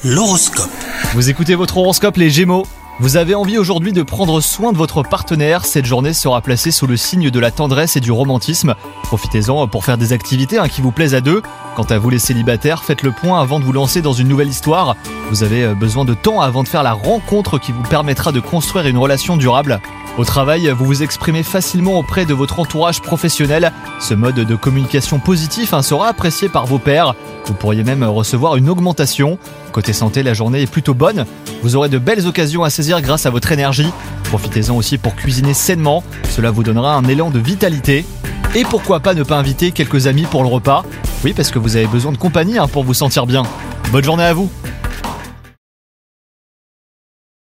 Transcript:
L'horoscope. Vous écoutez votre horoscope les Gémeaux. Vous avez envie aujourd'hui de prendre soin de votre partenaire. Cette journée sera placée sous le signe de la tendresse et du romantisme. Profitez-en pour faire des activités qui vous plaisent à deux. Quant à vous les célibataires, faites le point avant de vous lancer dans une nouvelle histoire. Vous avez besoin de temps avant de faire la rencontre qui vous permettra de construire une relation durable. Au travail, vous vous exprimez facilement auprès de votre entourage professionnel. Ce mode de communication positif sera apprécié par vos pairs. Vous pourriez même recevoir une augmentation. Côté santé, la journée est plutôt bonne. Vous aurez de belles occasions à saisir grâce à votre énergie. Profitez-en aussi pour cuisiner sainement. Cela vous donnera un élan de vitalité. Et pourquoi pas ne pas inviter quelques amis pour le repas ? Oui, parce que vous avez besoin de compagnie pour vous sentir bien. Bonne journée à vous!